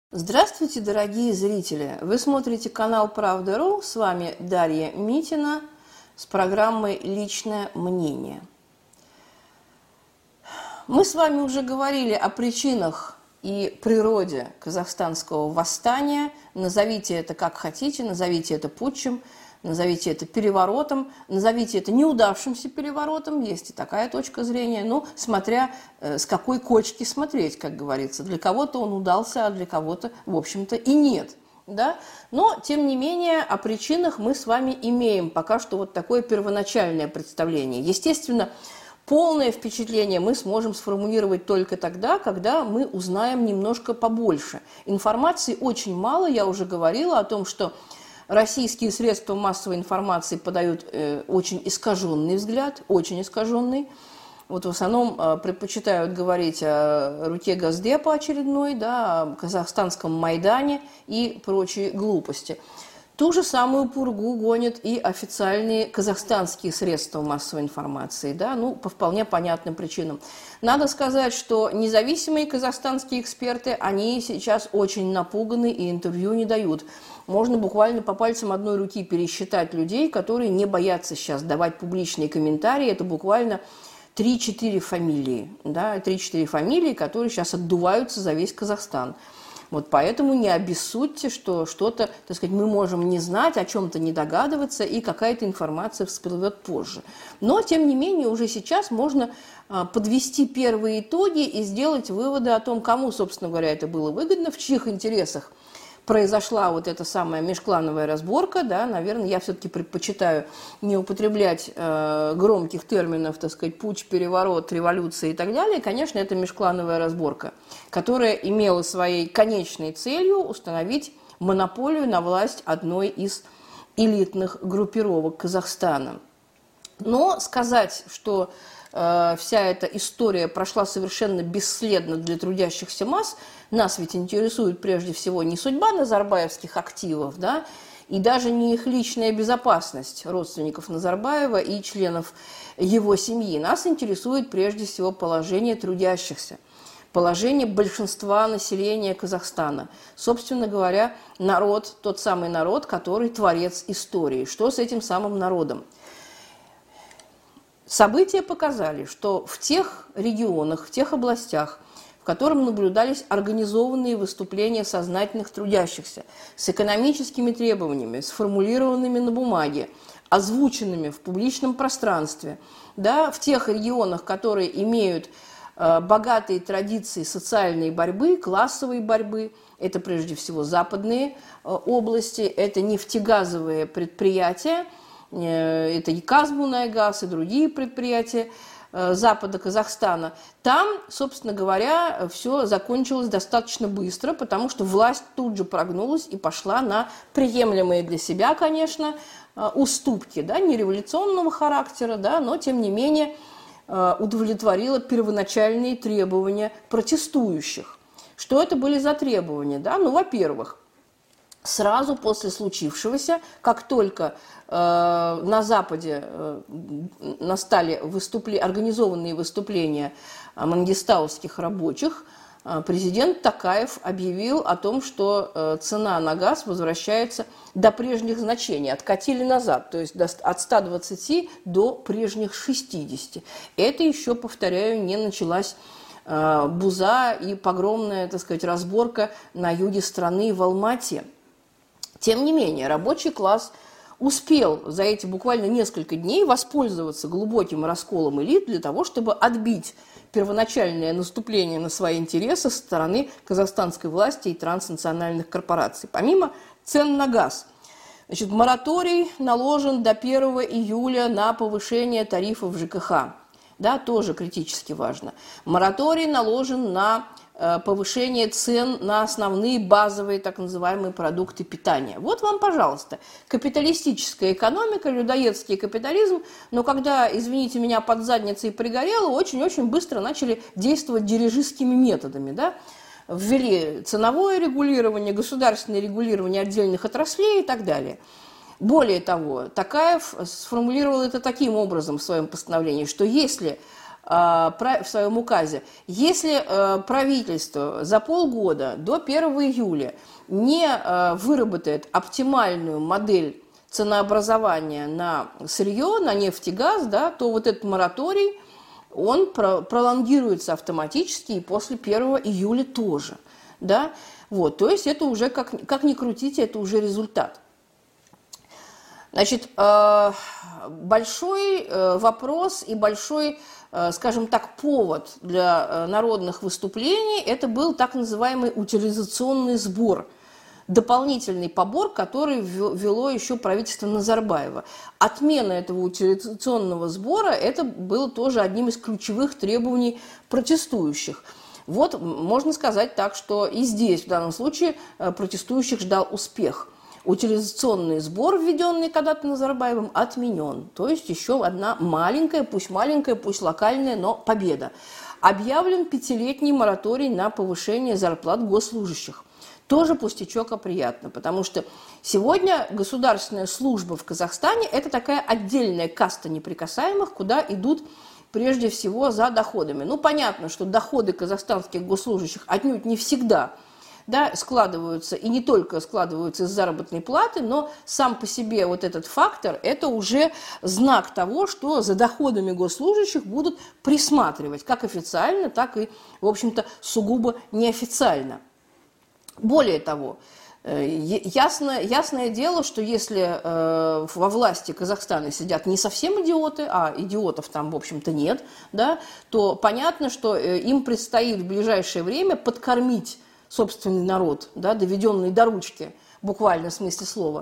Здравствуйте, дорогие зрители! Вы смотрите канал Правда.ру, с вами Дарья Митина с программой «Личное мнение». Мы с вами уже говорили о причинах и природе казахстанского восстания. Назовите это как хотите, назовите это путчем, назовите это переворотом, назовите это неудавшимся переворотом, есть и такая точка зрения, но смотря с какой кочки смотреть, как говорится. Для кого-то он удался, а для кого-то, в общем-то, и нет. Да? Но, тем не менее, о причинах мы с вами имеем пока что вот такое первоначальное представление. Естественно, полное впечатление мы сможем сформулировать только тогда, когда мы узнаем немножко побольше. Информации очень мало, я уже говорила о том, что российские средства массовой информации подают очень искаженный взгляд, очень искаженный. Вот в основном предпочитают говорить о руке Госдепа очередной, да, о казахстанском Майдане и прочие глупости. Ту же самую пургу гонят и официальные казахстанские средства массовой информации, да, по вполне понятным причинам. Надо сказать, что независимые казахстанские эксперты, они сейчас очень напуганы и интервью не дают. Можно буквально по пальцам одной руки пересчитать людей, которые не боятся сейчас давать публичные комментарии. Это буквально 3-4 фамилии, да, 3-4 фамилии, которые сейчас отдуваются за весь Казахстан. Вот поэтому не обессудьте, что что-то, так сказать, мы можем не знать, о чем-то не догадываться, и какая-то информация всплывет позже. Но, тем не менее, уже сейчас можно подвести первые итоги и сделать выводы о том, кому, собственно говоря, это было выгодно, в чьих интересах произошла вот эта самая межклановая разборка, да, наверное, я все-таки предпочитаю не употреблять громких терминов, так сказать, путч, переворот, революция и так далее. Конечно, это межклановая разборка, которая имела своей конечной целью установить монополию на власть одной из элитных группировок Казахстана. Но сказать, что вся эта история прошла совершенно бесследно для трудящихся масс, нас ведь интересует прежде всего не судьба назарбаевских активов, да, и даже не их личная безопасность родственников Назарбаева и членов его семьи. Нас интересует прежде всего положение трудящихся, положение большинства населения Казахстана. Собственно говоря, народ, тот самый народ, который творец истории. Что с этим самым народом? События показали, что в тех регионах, в тех областях, в которых наблюдались организованные выступления сознательных трудящихся с экономическими требованиями, сформулированными на бумаге, озвученными в публичном пространстве, да, в тех регионах, которые имеют богатые традиции социальной борьбы, классовой борьбы, это прежде всего западные области, это нефтегазовые предприятия, это и Казмунайгаз, и другие предприятия запада Казахстана. Там, собственно говоря, все закончилось достаточно быстро, потому что власть тут же прогнулась и пошла на приемлемые для себя, конечно, уступки, да, не революционного характера, да, но, тем не менее, удовлетворила первоначальные требования протестующих. Что это были за требования? Да? Во-первых, сразу после случившегося, как только на Западе настали организованные выступления мангистауских рабочих, президент Токаев объявил о том, что цена на газ возвращается до прежних значений, откатили назад, то есть от 120 до прежних 60. Это еще, повторяю, не началась буза и погромная, так сказать, разборка на юге страны в Алмате. Тем не менее, рабочий класс успел за эти буквально несколько дней воспользоваться глубоким расколом элит для того, чтобы отбить первоначальное наступление на свои интересы со стороны казахстанской власти и транснациональных корпораций. Помимо цен на газ, значит, мораторий наложен до 1 июля на повышение тарифов ЖКХ. Да, тоже критически важно. Мораторий наложен на повышение цен на основные базовые так называемые продукты питания. Вот вам, пожалуйста, капиталистическая экономика, людоедский капитализм, но когда, извините меня, под задницей пригорело, очень-очень быстро начали действовать дирижистскими методами, да? Ввели ценовое регулирование, государственное регулирование отдельных отраслей и так далее. Более того, Токаев сформулировал это таким образом в своем постановлении, что если в своем указе, если правительство за полгода до 1 июля не выработает оптимальную модель ценообразования на сырье, на нефть и газ, да, то вот этот мораторий, он пролонгируется автоматически и после 1 июля тоже. Да? Вот, то есть это уже, как ни крутите, это уже результат. Значит, большой вопрос и большой, скажем так, повод для народных выступлений, это был так называемый утилизационный сбор. Дополнительный побор, который ввело еще правительство Назарбаева. Отмена этого утилизационного сбора, это было тоже одним из ключевых требований протестующих. Вот можно сказать так, что и здесь, в данном случае, протестующих ждал успех. Утилизационный сбор, введенный когда-то Назарбаевым, отменен. То есть еще одна маленькая, пусть локальная, но победа. Объявлен 5-летний мораторий на повышение зарплат госслужащих. Тоже пустячок, а приятно, потому что сегодня государственная служба в Казахстане – это такая отдельная каста неприкасаемых, куда идут прежде всего за доходами. Ну, понятно, что доходы казахстанских госслужащих отнюдь не всегда, да, складываются, и не только складываются из заработной платы, но сам по себе вот этот фактор – это уже знак того, что за доходами госслужащих будут присматривать, как официально, так и, в общем-то, сугубо неофициально. Более того, ясное дело, что если во власти Казахстана сидят не совсем идиоты, а идиотов там, в общем-то, нет, да, то понятно, что им предстоит в ближайшее время подкормить собственный народ, да, доведенный до ручки, буквально в смысле слова,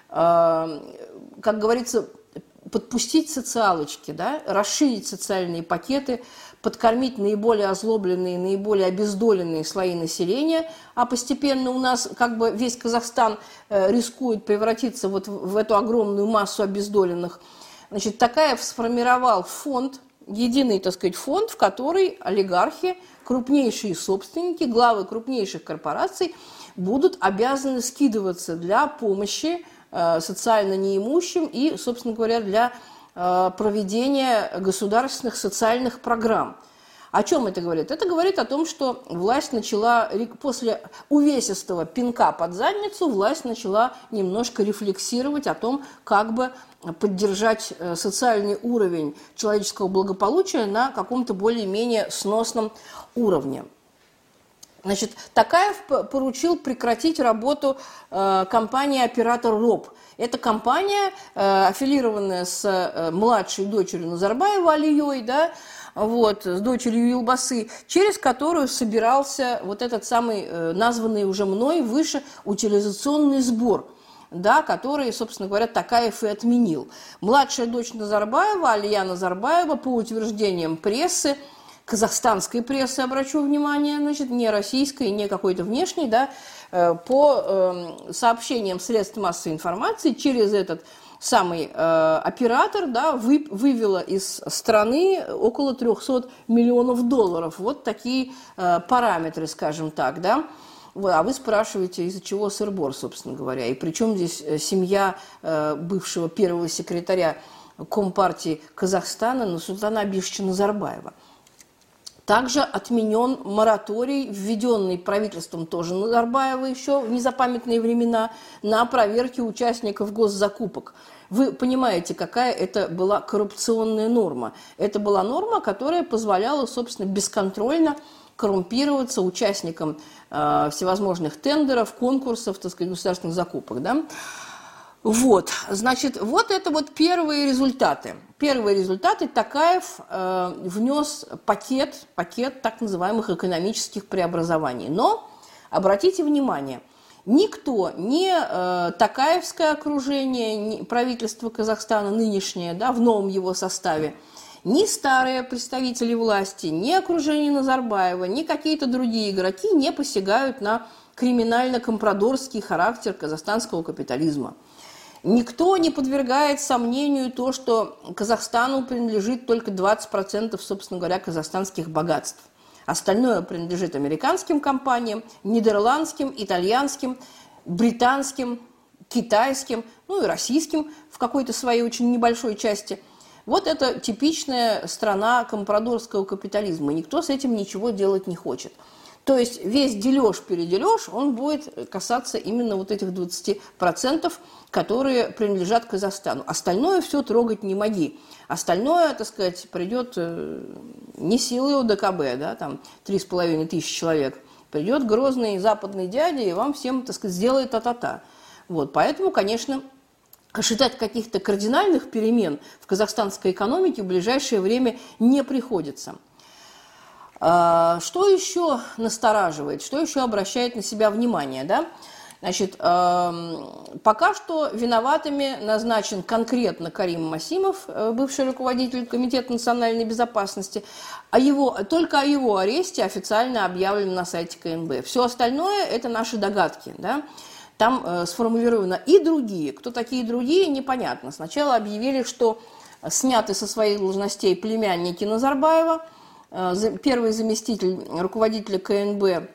как говорится, подпустить социалочки, да, расширить социальные пакеты, подкормить наиболее озлобленные, наиболее обездоленные слои населения, а постепенно у нас как бы весь Казахстан рискует превратиться вот в эту огромную массу обездоленных. Значит, Такаев сформировал фонд, единый, так сказать, фонд, в который олигархи, крупнейшие собственники, главы крупнейших корпораций будут обязаны скидываться для помощи социально неимущим и, собственно говоря, для проведения государственных социальных программ. О чем это говорит? Это говорит о том, что власть начала, после увесистого пинка под задницу, власть начала немножко рефлексировать о том, как бы поддержать социальный уровень человеческого благополучия на каком-то более-менее сносном уровне. Значит, Такаев поручил прекратить работу компании «Оператор РОП». Это компания, аффилированная с младшей дочерью Назарбаева Алией, да, вот, с дочерью Елбасы, через которую собирался вот этот самый, названный уже мной выше, утилизационный сбор, да, который, собственно говоря, Такаев и отменил. Младшая дочь Назарбаева, Алия Назарбаева, по утверждениям прессы, казахстанской прессы, обращу внимание, значит, не российской, не какой-то внешней, да, по сообщениям средств массовой информации, через этот самый оператор, да, вывела из страны около 300 миллионов долларов. Вот такие параметры, скажем так, да. А вы спрашиваете, из-за чего сыр-бор, собственно говоря, и причем здесь семья бывшего первого секретаря Компартии Казахстана Нурсултана Абишевича Назарбаева. Также отменен мораторий, введенный правительством тоже Назарбаева еще в незапамятные времена, на проверки участников госзакупок. Вы понимаете, какая это была коррупционная норма. Это была норма, которая позволяла, собственно, бесконтрольно коррумпироваться участникам всевозможных тендеров, конкурсов, так сказать, государственных закупок. Да? Вот, значит, вот это вот первые результаты. Первые результаты. Такаев внес пакет так называемых экономических преобразований. Но, обратите внимание, никто, ни такаевское окружение, ни правительство Казахстана нынешнее, да, в новом его составе, ни старые представители власти, ни окружение Назарбаева, ни какие-то другие игроки не посягают на криминально-компрадорский характер казахстанского капитализма. Никто не подвергает сомнению то, что Казахстану принадлежит только 20%, собственно говоря, казахстанских богатств. Остальное принадлежит американским компаниям, нидерландским, итальянским, британским, китайским, ну и российским в какой-то своей очень небольшой части. Вот это типичная страна компрадорского капитализма. Никто с этим ничего делать не хочет. То есть весь дележ-передележ, он будет касаться именно вот этих 20%, которые принадлежат Казахстану. Остальное все трогать не моги. Остальное, так сказать, придет не силой ОДКБ, да, там 3500 человек. Придет грозный западный дядя и вам всем, так сказать, сделает та-та-та. Вот, поэтому, конечно, ожидать каких-то кардинальных перемен в казахстанской экономике в ближайшее время не приходится. Что еще настораживает, что еще обращает на себя внимание, да? Значит, пока что виноватыми назначен конкретно Карим Масимов, бывший руководитель Комитета национальной безопасности, только о его аресте официально объявлено на сайте КНБ. Все остальное – это наши догадки, да? Там сформулировано и другие. Кто такие другие, непонятно. Сначала объявили, что сняты со своих должностей племянники Назарбаева, первый заместитель руководителя КНБ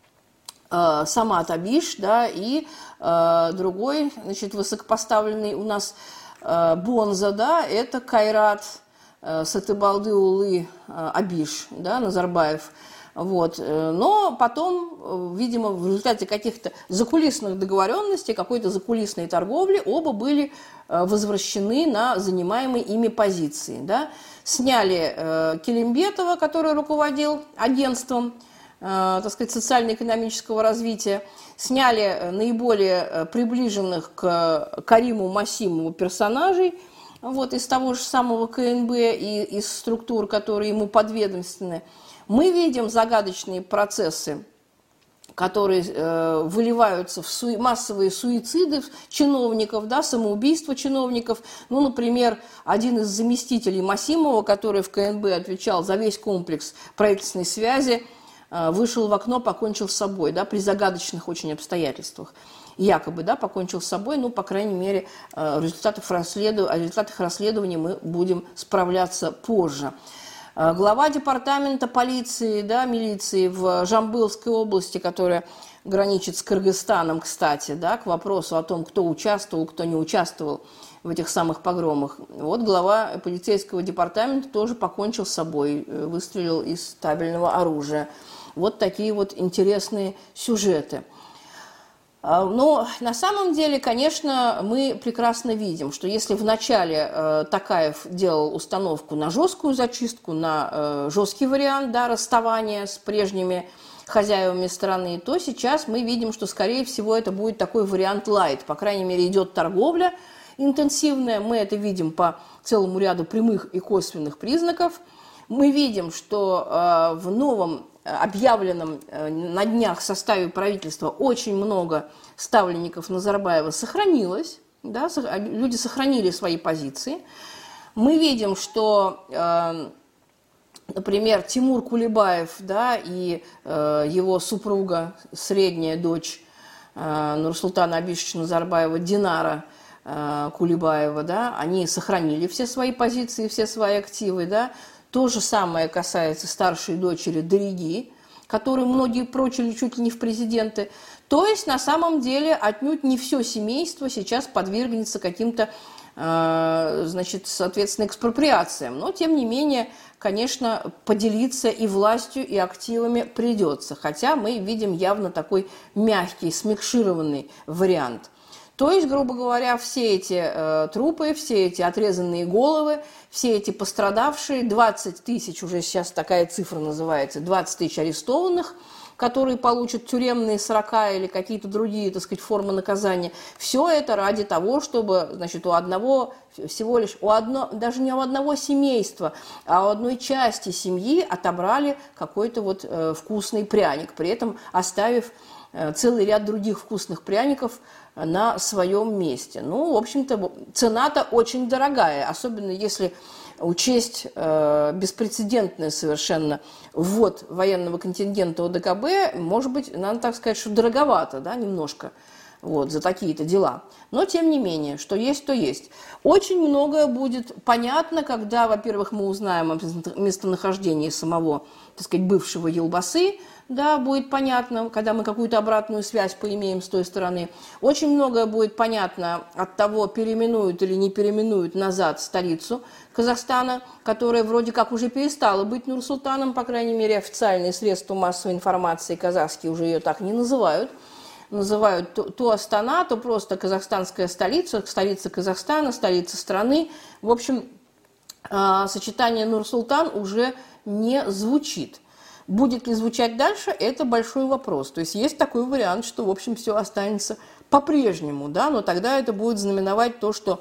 Самат Абиш, да, и другой, значит, высокопоставленный у нас Бонза, да, это Кайрат Сатыбалдыулы Абиш, да, Назарбаев. Вот. Но потом, видимо, в результате каких-то закулисных договоренностей, какой-то закулисной торговли, оба были возвращены на занимаемые ими позиции. Да. Сняли Келимбетова, который руководил агентством, так сказать, социально-экономического развития, сняли наиболее приближенных к Кариму Масимову персонажей, вот, из того же самого КНБ и из структур, которые ему подведомственны. Мы видим загадочные процессы, которые выливаются в массовые суициды чиновников, да, самоубийства чиновников. Ну, например, один из заместителей Масимова, который в КНБ отвечал за весь комплекс правительственной связи, вышел в окно, покончил с собой, да, при загадочных очень обстоятельствах. Якобы, да, покончил с собой, ну, по крайней мере, о результатах расследования мы будем справляться позже. Глава департамента полиции, да, милиции в Жамбылской области, которая граничит с Кыргызстаном, кстати, да, к вопросу о том, кто участвовал, кто не участвовал в этих самых погромах. Вот глава полицейского департамента тоже покончил с собой, выстрелил из табельного оружия. Вот такие вот интересные сюжеты. Но на самом деле, конечно, мы прекрасно видим, что если вначале Токаев делал установку на жесткую зачистку, на жесткий вариант, да, расставания с прежними хозяевами страны, то сейчас мы видим, что, скорее всего, это будет такой вариант лайт. По крайней мере, идет торговля интенсивная, мы это видим по целому ряду прямых и косвенных признаков. Мы видим, что в новом объявленном на днях составе правительства очень много ставленников Назарбаева сохранилось, да, люди сохранили свои позиции. Мы видим, что, например, Тимур Кулебаев, да, и его супруга, средняя дочь Нурсултана Абишевича Назарбаева, Динара Кулебаева, да, они сохранили все свои позиции, все свои активы, да. То же самое касается старшей дочери Дариги, которую многие прочили чуть ли не в президенты. То есть, на самом деле, отнюдь не все семейство сейчас подвергнется каким-то, значит, соответственно, экспроприациям. Но, тем не менее, конечно, поделиться и властью, и активами придется. Хотя мы видим явно такой мягкий, смикшированный вариант. То есть, грубо говоря, все эти трупы, все эти отрезанные головы, все эти пострадавшие, 20 тысяч, уже сейчас такая цифра называется, 20 тысяч арестованных, которые получат тюремные срока или какие-то другие, так сказать, формы наказания. Все это ради того, чтобы, значит, у одного, всего лишь, даже не у одного семейства, а у одной части семьи отобрали какой-то вот вкусный пряник, при этом оставив целый ряд других вкусных пряников на своем месте. Ну, в общем-то, цена-то очень дорогая, особенно если учесть беспрецедентный совершенно ввод военного контингента ОДКБ, может быть, надо так сказать, что дороговато, да, немножко, вот, за такие-то дела. Но, тем не менее, что есть, то есть. Очень многое будет понятно, когда, во-первых, мы узнаем о местонахождении самого, так сказать, бывшего Елбасы, да, будет понятно, когда мы какую-то обратную связь поимеем с той стороны. Очень многое будет понятно от того, переименуют или не переименуют назад столицу Казахстана, которая вроде как уже перестала быть Нур-Султаном, по крайней мере, официальные средства массовой информации казахские уже ее так не называют. Называют то Астана, то просто казахстанская столица, столица Казахстана, столица страны. В общем, сочетание Нур-Султан уже не звучит. Будет ли звучать дальше, это большой вопрос. То есть есть такой вариант, что, в общем, все останется по-прежнему, да, но тогда это будет знаменовать то, что,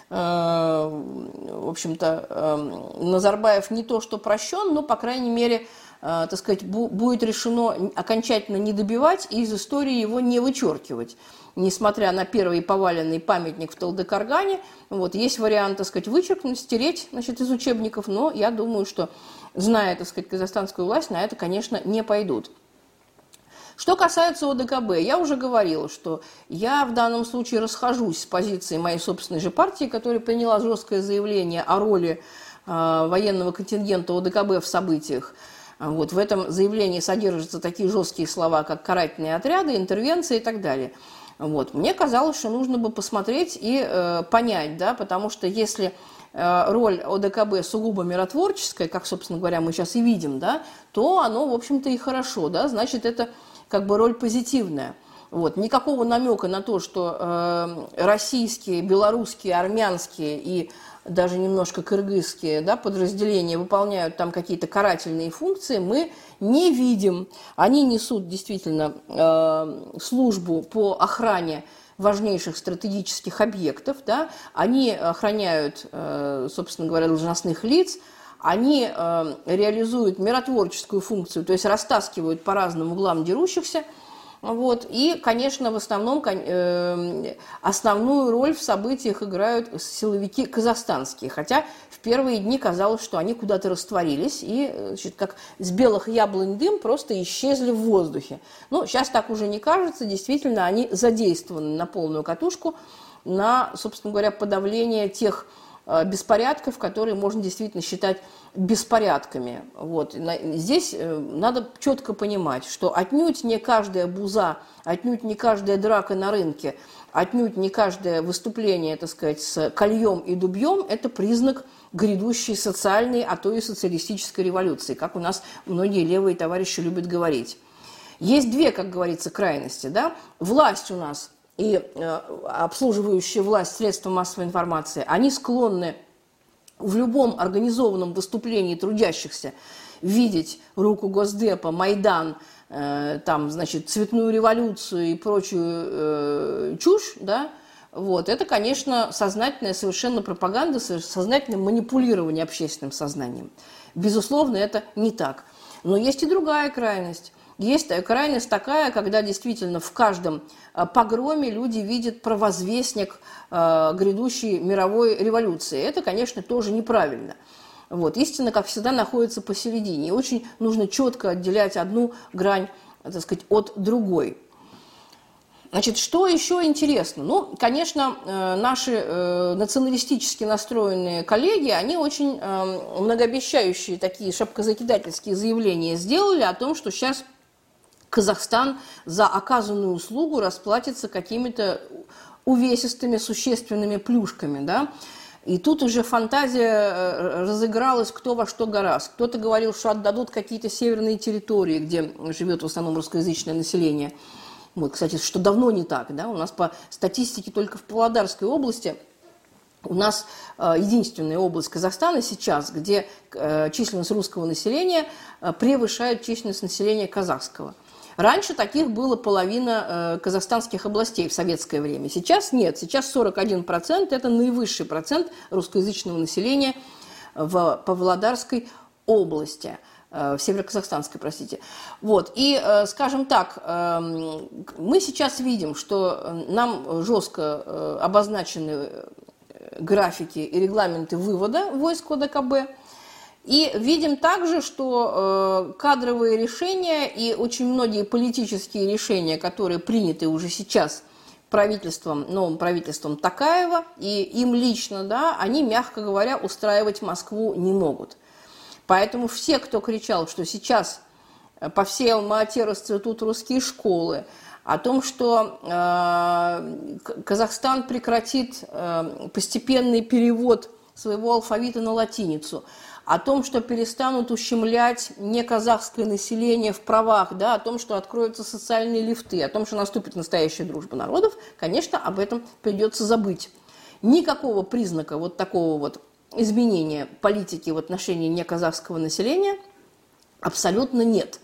в общем-то, Назарбаев не то что прощен, но, по крайней мере, так сказать, будет решено окончательно не добивать и из истории его не вычеркивать. Несмотря на первый поваленный памятник в Талдыкаргане, вот, есть вариант, так сказать, вычеркнуть, стереть, значит, из учебников, но я думаю, что, зная, так сказать, казахстанскую власть, на это, конечно, не пойдут. Что касается ОДКБ, я уже говорила, что я в данном случае расхожусь с позицией моей собственной же партии, которая приняла жесткое заявление о роли военного контингента ОДКБ в событиях. Вот, в этом заявлении содержатся такие жесткие слова, как карательные отряды, интервенции и так далее. Вот. Мне казалось, что нужно бы посмотреть и понять, да, потому что если роль ОДКБ сугубо миротворческая, как, собственно говоря, мы сейчас и видим, да, то оно, в общем-то, и хорошо, да, значит, это как бы роль позитивная. Вот. Никакого намека на то, что российские, белорусские, армянские и даже немножко кыргызские, да, подразделения выполняют там какие-то карательные функции, мы не видим. Они несут действительно службу по охране важнейших стратегических объектов, да, они охраняют, собственно говоря, должностных лиц, они реализуют миротворческую функцию, то есть растаскивают по разным углам дерущихся. Вот. И, конечно, в основном основную роль в событиях играют силовики казахстанские. Хотя в первые дни казалось, что они куда-то растворились и, значит, как с белых яблонь дым, просто исчезли в воздухе. Но сейчас так уже не кажется. Действительно, они задействованы на полную катушку на, собственно говоря, подавление тех беспорядков, которые можно действительно считать беспорядками. Вот. Здесь надо четко понимать, что отнюдь не каждая буза, отнюдь не каждая драка на рынке, отнюдь не каждое выступление, так сказать, с кольем и дубьем – это признак грядущей социальной, а то и социалистической революции, как у нас многие левые товарищи любят говорить. Есть две, как говорится, крайности. Да? Власть у нас и обслуживающие власть средства массовой информации, они склонны в любом организованном выступлении трудящихся видеть руку Госдепа, Майдан, там, значит, цветную революцию и прочую чушь, да, вот, это, конечно, сознательная совершенно пропаганда, сознательное манипулирование общественным сознанием. Безусловно, это не так. Но есть и другая крайность. Есть крайность такая, когда действительно в каждом погроме люди видят провозвестник грядущей мировой революции. Это, конечно, тоже неправильно. Вот. Истина, как всегда, находится посередине. И очень нужно четко отделять одну грань, так сказать, от другой. Значит, что еще интересно? Ну, конечно, наши националистически настроенные коллеги, они очень многообещающие такие шапкозакидательские заявления сделали о том, что сейчас Казахстан за оказанную услугу расплатится какими-то увесистыми, существенными плюшками, да. И тут уже фантазия разыгралась кто во что гораст. Кто-то говорил, что отдадут какие-то северные территории, где живет в основном русскоязычное население. Вот, кстати, что давно не так, да. У нас по статистике только в Павлодарской области у нас единственная область Казахстана сейчас, где численность русского населения превышает численность населения казахского. Раньше таких было половина казахстанских областей в советское время. Сейчас нет. Сейчас 41% – это наивысший процент русскоязычного населения в Павлодарской области, в Североказахстанской, простите. Вот. И, скажем так, мы сейчас видим, что нам жестко обозначены графики и регламенты вывода войск ОДКБ. И видим также, что кадровые решения и очень многие политические решения, которые приняты уже сейчас правительством, новым правительством Токаева, и им лично, да, они, мягко говоря, устраивать Москву не могут. Поэтому все, кто кричал, что сейчас по всей Алма-Ате расцветут русские школы, о том, что Казахстан прекратит постепенный перевод своего алфавита на латиницу, о том, что перестанут ущемлять неказахское население в правах, да, о том, что откроются социальные лифты, о том, что наступит настоящая дружба народов, конечно, об этом придется забыть. Никакого признака вот такого вот изменения политики в отношении неказахского населения абсолютно нет.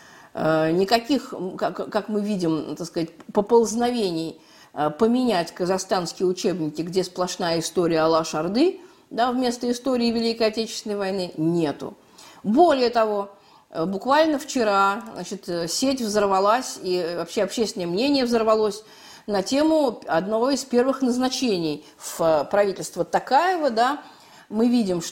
Никаких, как мы видим, так сказать, поползновений поменять казахстанские учебники, где сплошная история Алаш-Орды, да, вместо истории Великой Отечественной войны, нету. Более того, буквально вчера, значит, сеть взорвалась, и вообще общественное мнение взорвалось на тему одного из первых назначений в правительство Токаева. Да. Мы видим,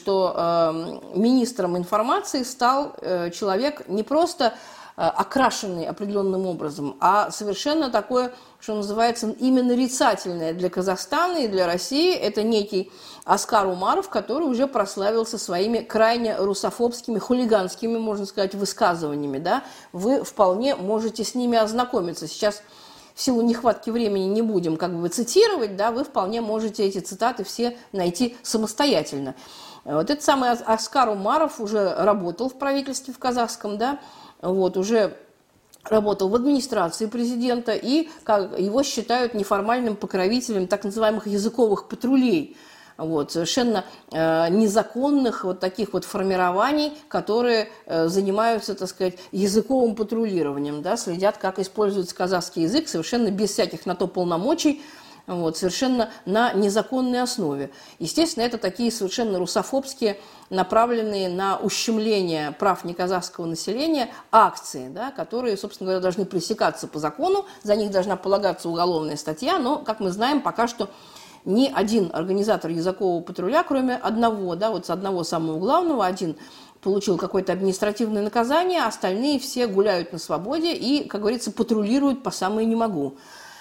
что министром информации стал человек не просто окрашенный определенным образом, а совершенно такое, что называется, именно нарицательное для Казахстана и для России. Это некий Аскар Умаров, который уже прославился своими крайне русофобскими, хулиганскими, можно сказать, высказываниями. Да? Вы вполне можете с ними ознакомиться. Сейчас в силу нехватки времени не будем как бы цитировать, да, вы вполне можете эти цитаты все найти самостоятельно. Вот этот самый Аскар Умаров уже работал в правительстве в казахском, да, вот, уже работал в администрации президента, и его считают неформальным покровителем так называемых языковых патрулей, вот, совершенно незаконных вот таких вот формирований, которые занимаются, так сказать, языковым патрулированием, да, следят, как используется казахский язык, совершенно без всяких на то полномочий, вот, совершенно на незаконной основе. Естественно, это такие совершенно русофобские, направленные на ущемление прав неказахского населения акции, да, которые, собственно говоря, должны пресекаться по закону, за них должна полагаться уголовная статья, но, как мы знаем, пока что ни один организатор языкового патруля, кроме одного, да, вот с одного самого главного, один получил какое-то административное наказание, а остальные все гуляют на свободе и, как говорится, патрулируют по самое не могу.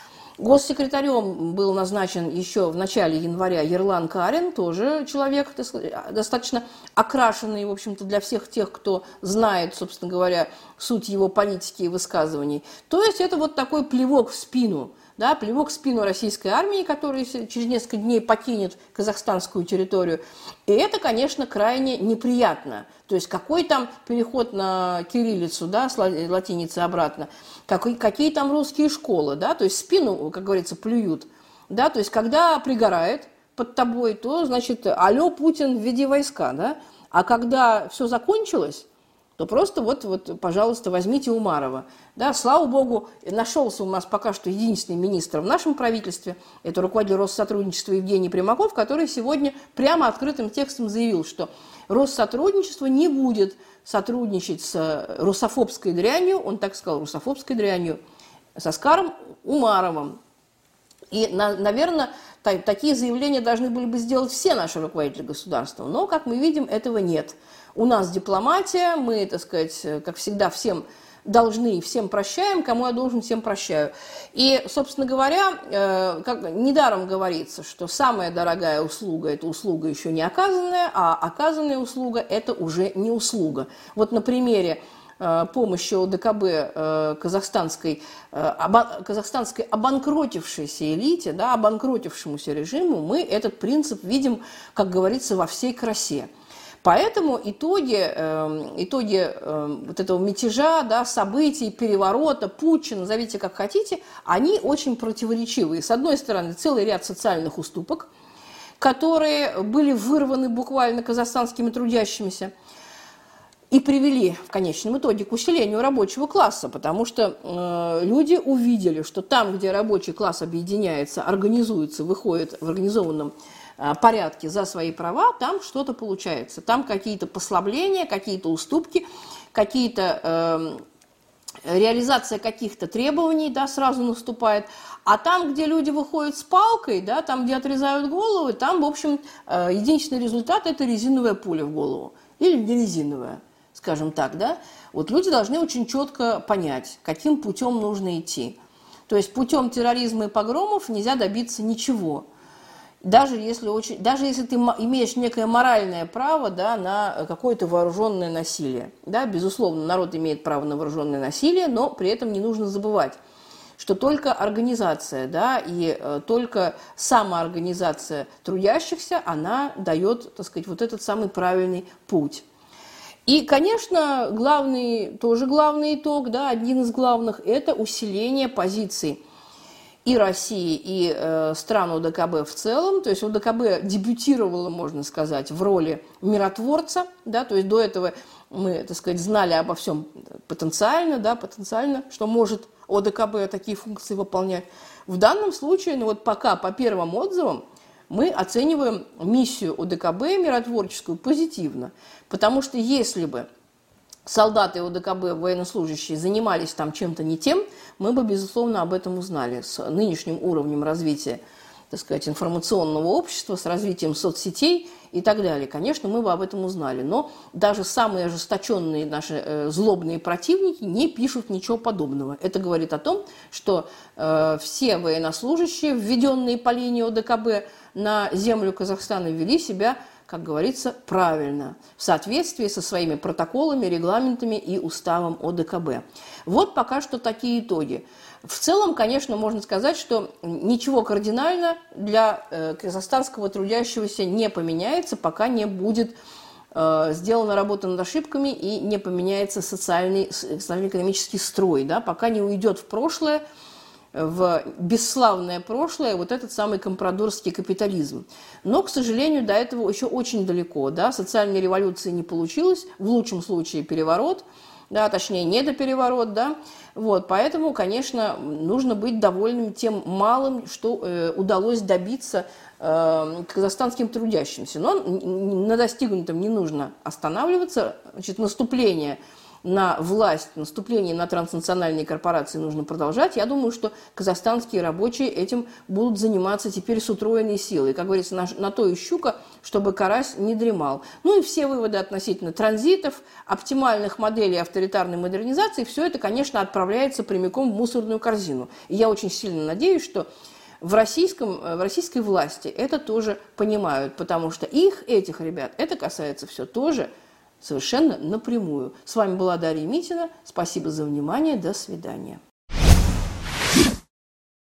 Госсекретарем был назначен еще в начале января Ерлан Карин, тоже человек достаточно окрашенный, в общем-то, для всех тех, кто знает, собственно говоря, суть его политики и высказываний. То есть это вот такой плевок в спину, да, плевок в спину российской армии, которая через несколько дней покинет казахстанскую территорию. И это, конечно, крайне неприятно. То есть какой там переход на кириллицу, да, с латиницы обратно, какие там русские школы, да, то есть спину, как говорится, плюют. Да, то есть когда пригорает под тобой, то, значит, алло, Путин, введи войска, да. А когда все закончилось, то просто вот, пожалуйста, возьмите Умарова. Да, слава богу, нашелся у нас пока что единственный министр в нашем правительстве, это руководитель Россотрудничества Евгений Примаков, который сегодня прямо открытым текстом заявил, что Россотрудничество не будет сотрудничать с русофобской дрянью, он так сказал, русофобской дрянью, с Аскаром Умаровым. И, наверное, такие заявления должны были бы сделать все наши руководители государства, но, как мы видим, этого нет. У нас дипломатия, мы, так сказать, как всегда, всем должны, всем прощаем, кому я должен, всем прощаю. И, собственно говоря, недаром говорится, что самая дорогая услуга – это услуга еще не оказанная, а оказанная услуга – это уже не услуга. Вот на примере помощи ОДКБ казахстанской обанкротившейся элите, да, обанкротившемуся режиму, мы этот принцип видим, как говорится, во всей красе. Поэтому итоги вот этого мятежа, да, событий, переворота, путча, назовите как хотите, они очень противоречивые. С одной стороны, целый ряд социальных уступок, которые были вырваны буквально казахстанскими трудящимися и привели в конечном итоге к усилению рабочего класса, потому что люди увидели, что там, где рабочий класс объединяется, организуется, выходит в организованном порядке за свои права, там что-то получается. Там какие-то послабления, какие-то уступки, какие-то реализация каких-то требований, да, сразу наступает. А там, где люди выходят с палкой, да, там, где отрезают головы, там, в общем, единственный результат – это резиновая пуля в голову. Или не резиновая, скажем так, да. Вот люди должны очень четко понять, каким путем нужно идти. То есть путем терроризма и погромов нельзя добиться ничего. даже если ты имеешь некое моральное право, да, на какое-то вооруженное насилие. Да, безусловно, народ имеет право на вооруженное насилие, но при этом не нужно забывать, что только организация, да, и только самоорганизация трудящихся, она дает, так сказать, вот этот самый правильный путь. И, конечно, главный итог, да, один из главных, это усиление позиций и России, и стран ОДКБ в целом. То есть ОДКБ дебютировала, можно сказать, в роли миротворца, да, то есть до этого мы, так сказать, знали обо всем потенциально, что может ОДКБ такие функции выполнять. В данном случае, ну вот пока по первым отзывам, мы оцениваем миссию ОДКБ миротворческую позитивно, потому что если бы солдаты ОДКБ, военнослужащие, занимались там чем-то не тем, мы бы, безусловно, об этом узнали. С нынешним уровнем развития, так сказать, информационного общества, с развитием соцсетей и так далее, конечно, мы бы об этом узнали. Но даже самые ожесточенные наши злобные противники не пишут ничего подобного. Это говорит о том, что все военнослужащие, введенные по линии ОДКБ на землю Казахстана, вели себя, как говорится, правильно, в соответствии со своими протоколами, регламентами и уставом ОДКБ. Вот пока что такие итоги. В целом, конечно, можно сказать, что ничего кардинально для казахстанского трудящегося не поменяется, пока не будет сделана работа над ошибками и не поменяется социально-экономический строй, да, пока не уйдет в прошлое, в бесславное прошлое вот этот самый компрадорский капитализм. Но, к сожалению, до этого еще очень далеко. Да? Социальной революции не получилось, в лучшем случае переворот, да, точнее недопереворот. Да? Вот, поэтому, конечно, нужно быть довольным тем малым, что удалось добиться казахстанским трудящимся. Но на достигнутом не нужно останавливаться. Значит, наступление на власть, наступление на транснациональные корпорации нужно продолжать. Я думаю, что казахстанские рабочие этим будут заниматься теперь с утроенной силой. Как говорится, на то и щука, чтобы карась не дремал. Ну и все выводы относительно транзитов, оптимальных моделей авторитарной модернизации, все это, конечно, отправляется прямиком в мусорную корзину. И я очень сильно надеюсь, что в российской власти это тоже понимают, потому что этих ребят, это касается все тоже совершенно напрямую. С вами была Дарья Митина. Спасибо за внимание. До свидания.